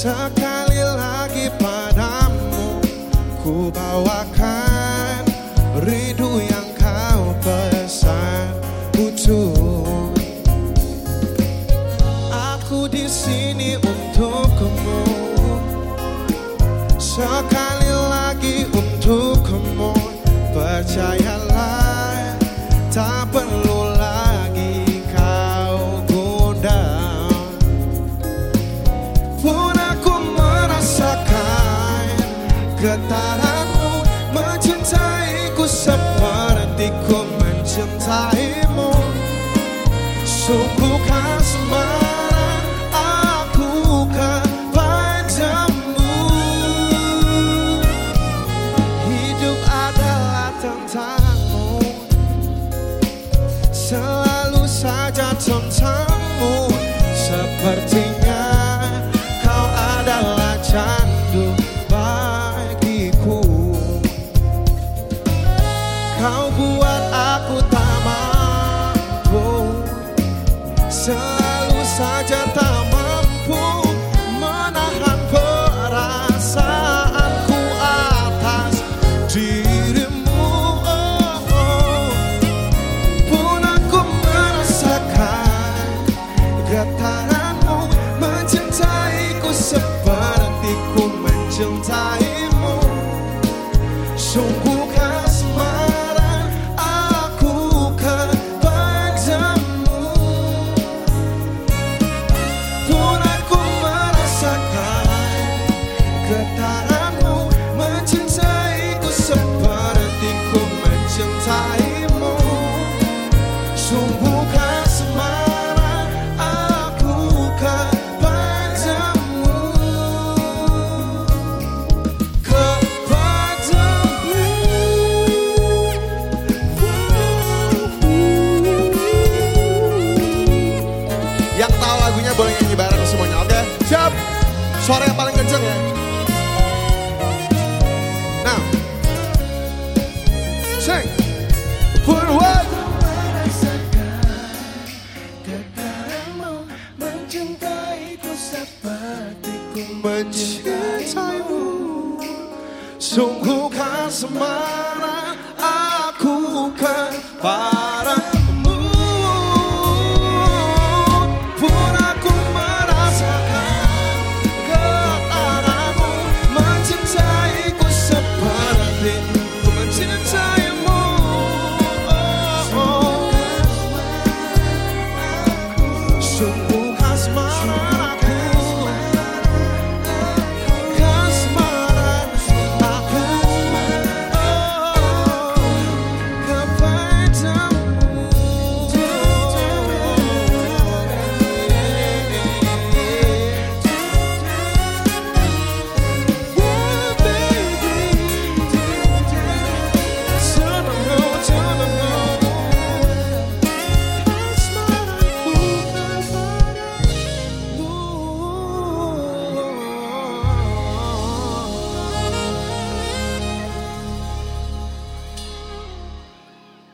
Sekali lagi padamu ku bawakan rindu yang kau pesan butuh. Aku di sini untukmu, sekali lagi untukmu. Percayalah, tak perlu lagi kau gundah. Pun aku merasakan getaranmu mencintaiku seperti ku mencintaimu. Sungguh kasmaran aku kepadamu. Hidup adalah tentangmu, selalu saja tentangmu. Sepertinya kau adalah candu bagiku. Kau buat aku tak mampu, selalu saja tak mampu menahan perasaanku atas dirimu. Pun aku merasakan getaranmu mencintaiku seperti ku mencintaimu. Sungguh kasmaran aku kepadamu. Pun aku merasakan getaranmu mencintaiku seperti ku mencintaimu. Sungguh kasmaran aku kepadamu. Yang tahu lagunya boleh nyanyi bareng semuanya, oke? Siap? Suara yang paling kenceng ya. Now, sing. Put what? Mencintaiku seperti ku mencintaimu. Sungguh kasmaran aku kepadamu. Pun aku merasakan getaranmu mencintaiku seperti ku mencintaimu.